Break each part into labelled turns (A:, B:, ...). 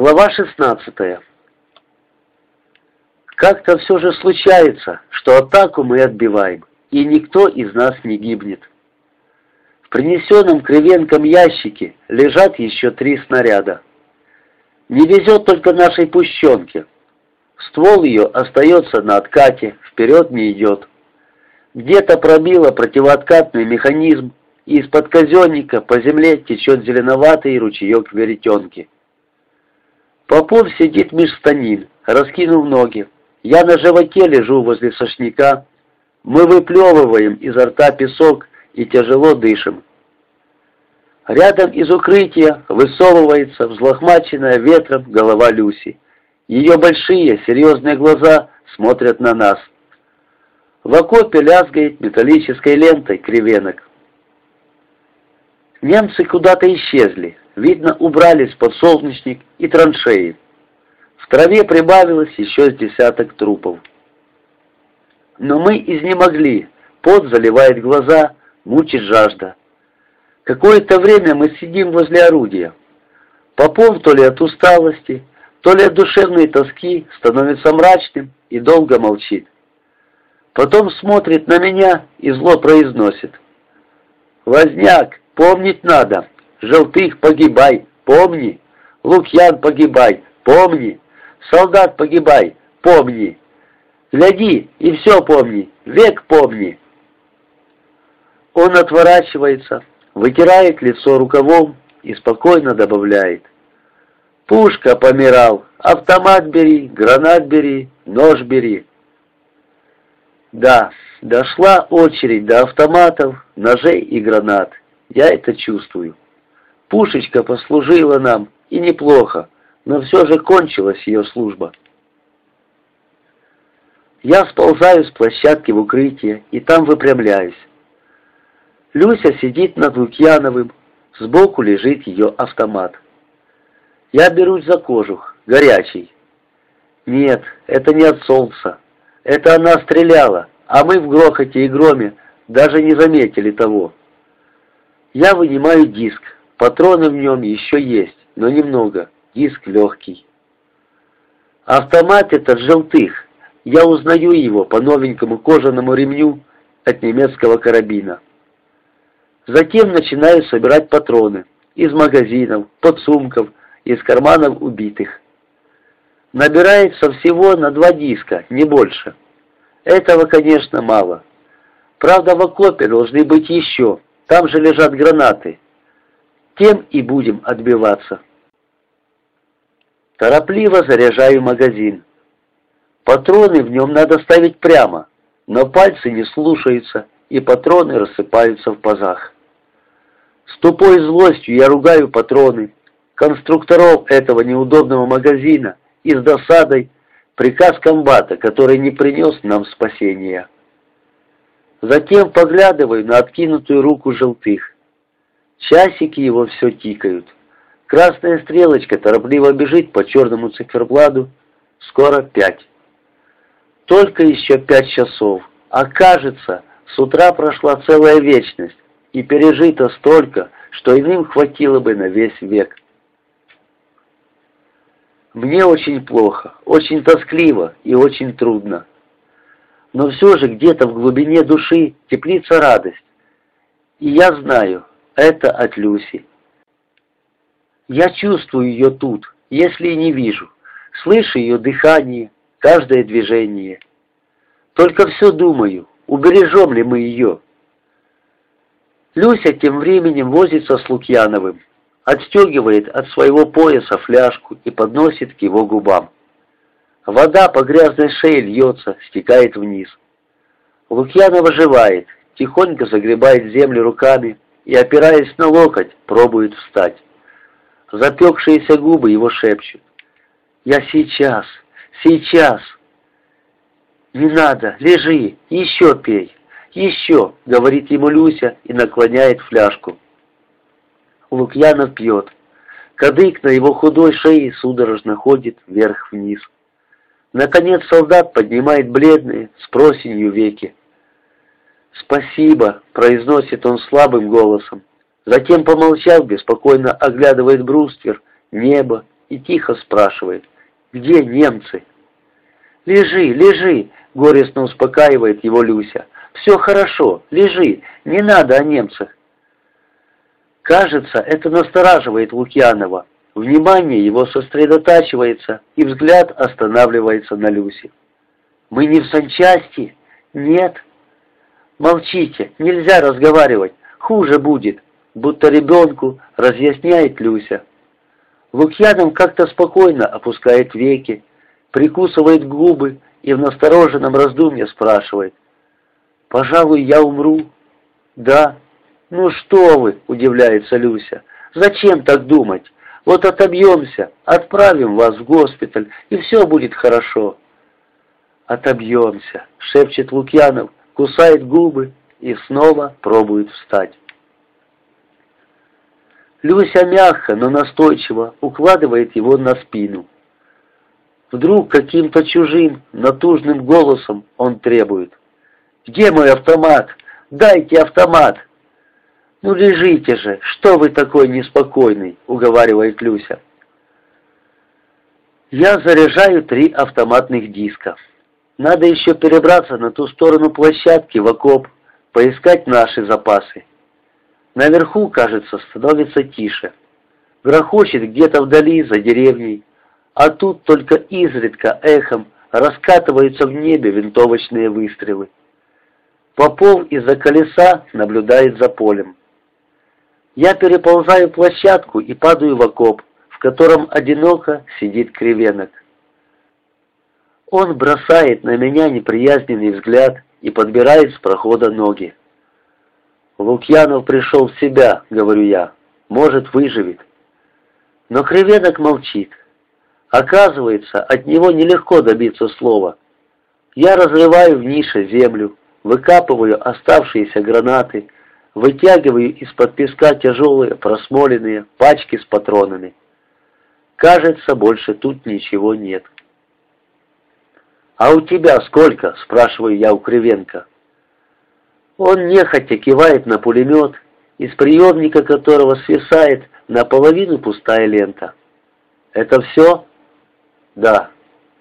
A: Глава 16. Как-то все же случается, что атаку мы отбиваем, и никто из нас не гибнет. В принесенном Кривенком ящике лежат еще 3 снаряда. Не везет только нашей пущенке. Ствол ее остается на откате, вперед не идет. Где-то пробило противооткатный механизм, и из-под казенника по земле течет зеленоватый ручеек веретенки. Попов сидит меж станин, раскинув ноги. Я на животе лежу возле сошняка. Мы выплевываем изо рта песок и тяжело дышим. Рядом из укрытия высовывается взлохмаченная ветром голова Люси. Ее большие серьезные глаза смотрят на нас. В окопе лязгает металлической лентой Кривенок. Немцы куда-то исчезли. Видно, убрались подсолнечник и траншеи. В траве прибавилось еще с 10 трупов. Но мы изнемогли. Пот заливает глаза, мучит жажда. Какое-то время мы сидим возле орудия. Попов то ли от усталости, то ли от душевной тоски становится мрачным и долго молчит. Потом смотрит на меня и зло произносит: «Возняк, помнить надо. Желтых погибай, помни. Лукьян погибай, помни. Солдат погибай, помни. Гляди и все помни, век помни». Он отворачивается, вытирает лицо рукавом и спокойно добавляет: «Пушка помирал, автомат бери, гранат бери, нож бери». Да, дошла очередь до автоматов, ножей и гранат. Я это чувствую. Пушечка послужила нам, и неплохо, но все же кончилась ее служба. Я сползаю с площадки в укрытие и там выпрямляюсь. Люся сидит над Лукьяновым, сбоку лежит ее автомат. Я берусь за кожух, горячий. Нет, это не от солнца. Это она стреляла, а мы в грохоте и громе даже не заметили того. Я вынимаю диск. Патроны в нем еще есть, но немного. Диск легкий. Автомат этот Желтых. Я узнаю его по новенькому кожаному ремню от немецкого карабина. Затем начинаю собирать патроны из магазинов, подсумков, из карманов убитых. Набирается всего на 2 диска, не больше. Этого, конечно, мало. Правда, в окопе должны быть еще. Там же лежат гранаты. Тем и будем отбиваться. Торопливо заряжаю магазин. Патроны в нем надо ставить прямо, но пальцы не слушаются, и патроны рассыпаются в пазах. С тупой злостью я ругаю патроны, конструкторов этого неудобного магазина, и с досадой приказ комбата, который не принес нам спасения. Затем поглядываю на откинутую руку Желтых. Часики его все тикают. Красная стрелочка торопливо бежит по черному циферблату. Скоро 5. Только еще 5 часов. А кажется, с утра прошла целая вечность, и пережито столько, что иным хватило бы на весь век. Мне очень плохо, очень тоскливо и очень трудно. Но все же где-то в глубине души теплится радость. И я знаю, это от Люси. Я чувствую ее тут, если и не вижу. Слышу ее дыхание, каждое движение. Только все думаю, убережем ли мы ее. Люся тем временем возится с Лукьяновым, отстегивает от своего пояса фляжку и подносит к его губам. Вода по грязной шее льется, стекает вниз. Лукьянов оживает, тихонько загребает землю руками и, опираясь на локоть, пробует встать. Запекшиеся губы его шепчут: «Я сейчас, сейчас!» «Не надо, лежи, еще пей, еще!» — говорит ему Люся и наклоняет фляжку. Лукьянов пьет. Кадык на его худой шее судорожно ходит вверх-вниз. Наконец солдат поднимает бледные, с просенью веки. «Спасибо», — произносит он слабым голосом. Затем, помолчав, беспокойно оглядывает бруствер, небо и тихо спрашивает: «Где немцы?» «Лежи, лежи!» — горестно успокаивает его Люся. «Все хорошо, лежи, не надо о немцах». Кажется, это настораживает Лукьянова. Внимание его сосредотачивается, и взгляд останавливается на Люсе. «Мы не в санчасти?» «Нет». «Молчите, нельзя разговаривать, хуже будет», будто ребенку разъясняет Люся. Лукьянов как-то спокойно опускает веки, прикусывает губы и в настороженном раздумье спрашивает: «Пожалуй, я умру?» «Да». «Ну что вы», — удивляется Люся, — «зачем так думать? Вот отобьемся, отправим вас в госпиталь, и все будет хорошо». «Отобьемся», — шепчет Лукьянов, кусает губы и снова пробует встать. Люся мягко, но настойчиво укладывает его на спину. Вдруг каким-то чужим, натужным голосом он требует: «Где мой автомат? Дайте автомат!» «Ну лежите же, что вы такой неспокойный?» — уговаривает Люся. Я заряжаю 3 автоматных диска. Надо еще перебраться на ту сторону площадки в окоп, поискать наши запасы. Наверху, кажется, становится тише. Грохочет где-то вдали, за деревней, а тут только изредка эхом раскатываются в небе винтовочные выстрелы. Попов из-за колеса наблюдает за полем. Я переползаю площадку и падаю в окоп, в котором одиноко сидит Кривенок. Он бросает на меня неприязненный взгляд и подбирает с прохода ноги. «Лукьянов пришел в себя», — говорю я, — «может, выживет». Но Кривенок молчит. Оказывается, от него нелегко добиться слова. Я разрываю в нише землю, выкапываю оставшиеся гранаты, вытягиваю из-под песка тяжелые просмоленные пачки с патронами. Кажется, больше тут ничего нет. «А у тебя сколько?» — спрашиваю я у Кривенка. Он нехотя кивает на пулемет, из приемника которого свисает наполовину пустая лента. «Это все?» «Да».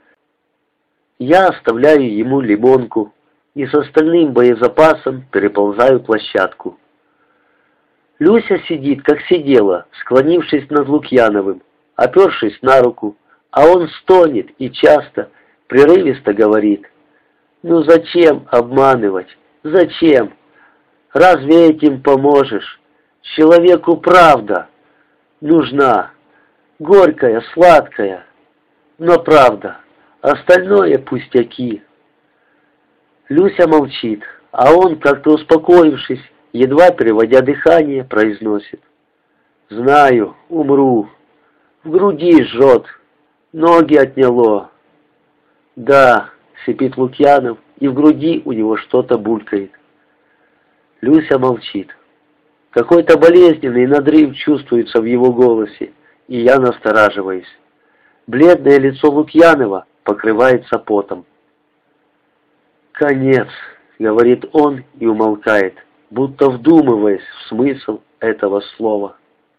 A: Я оставляю ему лимонку и с остальным боезапасом переползаю площадку. Люся сидит, как сидела, склонившись над Лукьяновым, опершись на руку, а он стонет и часто, прерывисто говорит: «Ну зачем обманывать? Зачем? Разве этим поможешь? Человеку правда нужна, горькая, сладкая, но правда, остальное пустяки». Люся молчит, а он, как-то успокоившись, едва переводя дыхание, произносит: «Знаю, умру. В груди жжет, ноги отняло». «Да», — сипит Лукьянов, и в груди у него что-то булькает. Люся молчит. Какой-то болезненный надрыв чувствуется в его голосе, и я настораживаюсь. Бледное лицо Лукьянова покрывается потом. «Конец», — говорит он и умолкает, будто вдумываясь в смысл этого слова.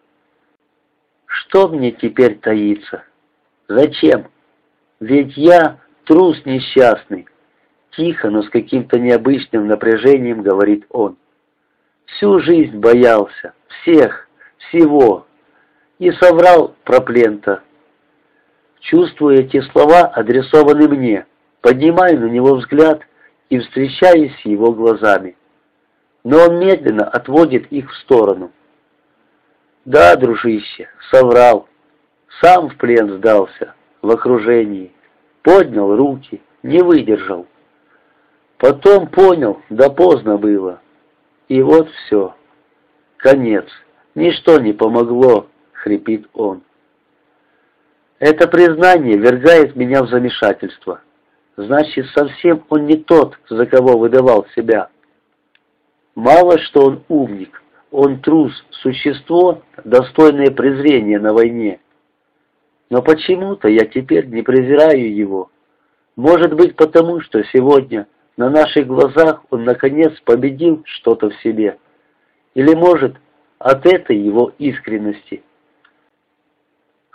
A: Что мне теперь таиться? Зачем? Ведь я трус несчастный. Тихо, но с каким-то необычным напряжением говорит он. Всю жизнь боялся, всех, всего, и соврал про плен-то. Чувствуя эти слова, адресованы мне, поднимаю на него взгляд и встречаюсь с его глазами. Но он медленно отводит их в сторону. Да, дружище, соврал. Сам в плен сдался, в окружении. Поднял руки, не выдержал. Потом понял, да поздно было. И вот все. Конец. Ничто не помогло, хрипит он. Это признание ввергает меня в замешательство. Значит, совсем он не тот, за кого выдавал себя. Мало что он умник, он трус, существо, достойное презрения на войне. Но почему-то я теперь не презираю его. Может быть, потому что сегодня на наших глазах он наконец победил что-то в себе. Или, может, от этой его искренности.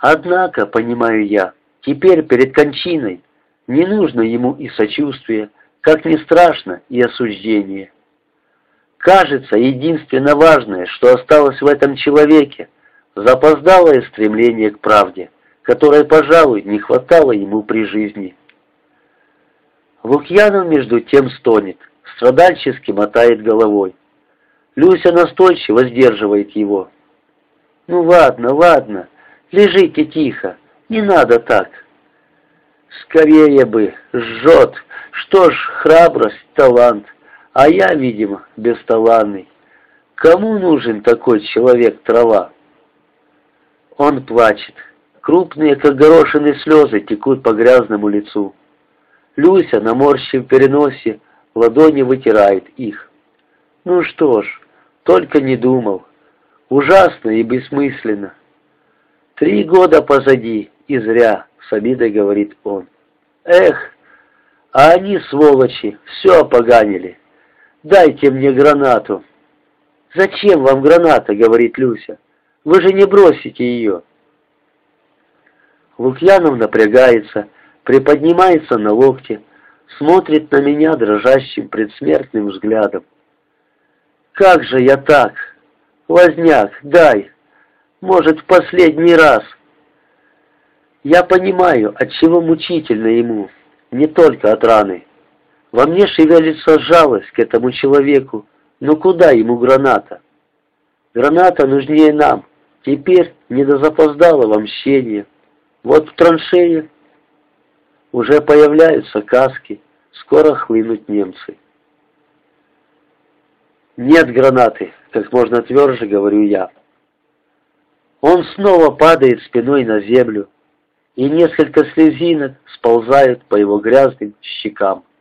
A: Однако, понимаю я, теперь перед кончиной не нужно ему и сочувствия, как ни страшно, и осуждение. Кажется, единственно важное, что осталось в этом человеке, запоздалое стремление к правде, которой, пожалуй, не хватало ему при жизни. Лукьянов между тем стонет, страдальчески мотает головой. Люся настойчиво сдерживает его. «Ну ладно, ладно, лежите тихо, не надо так». «Скорее бы, жжет, что ж, храбрость, талант, а я, видимо, бесталанный. Кому нужен такой человек-трава?» Он плачет. Крупные, как горошины, слезы текут по грязному лицу. Люся, наморщив переносе, ладони вытирает их. Ну что ж, только не думал. Ужасно и бессмысленно. 3 года позади, и зря, с обидой говорит он. Эх, а они, сволочи, все опоганили. Дайте мне гранату. Зачем вам граната, говорит Люся. Вы же не бросите ее. Лукьянов напрягается, приподнимается на локте, смотрит на меня дрожащим предсмертным взглядом. «Как же я так? Возняк, дай! Может, в последний раз!» Я понимаю, отчего мучительно ему, не только от раны. Во мне шевелится жалость к этому человеку, но куда ему граната? Граната нужнее нам, теперь не до запоздалого мщения. Вот в траншее уже появляются каски, скоро хлынут немцы. «Нет гранаты», как можно тверже говорю я. Он снова падает спиной на землю, и несколько слезинок сползают по его грязным щекам.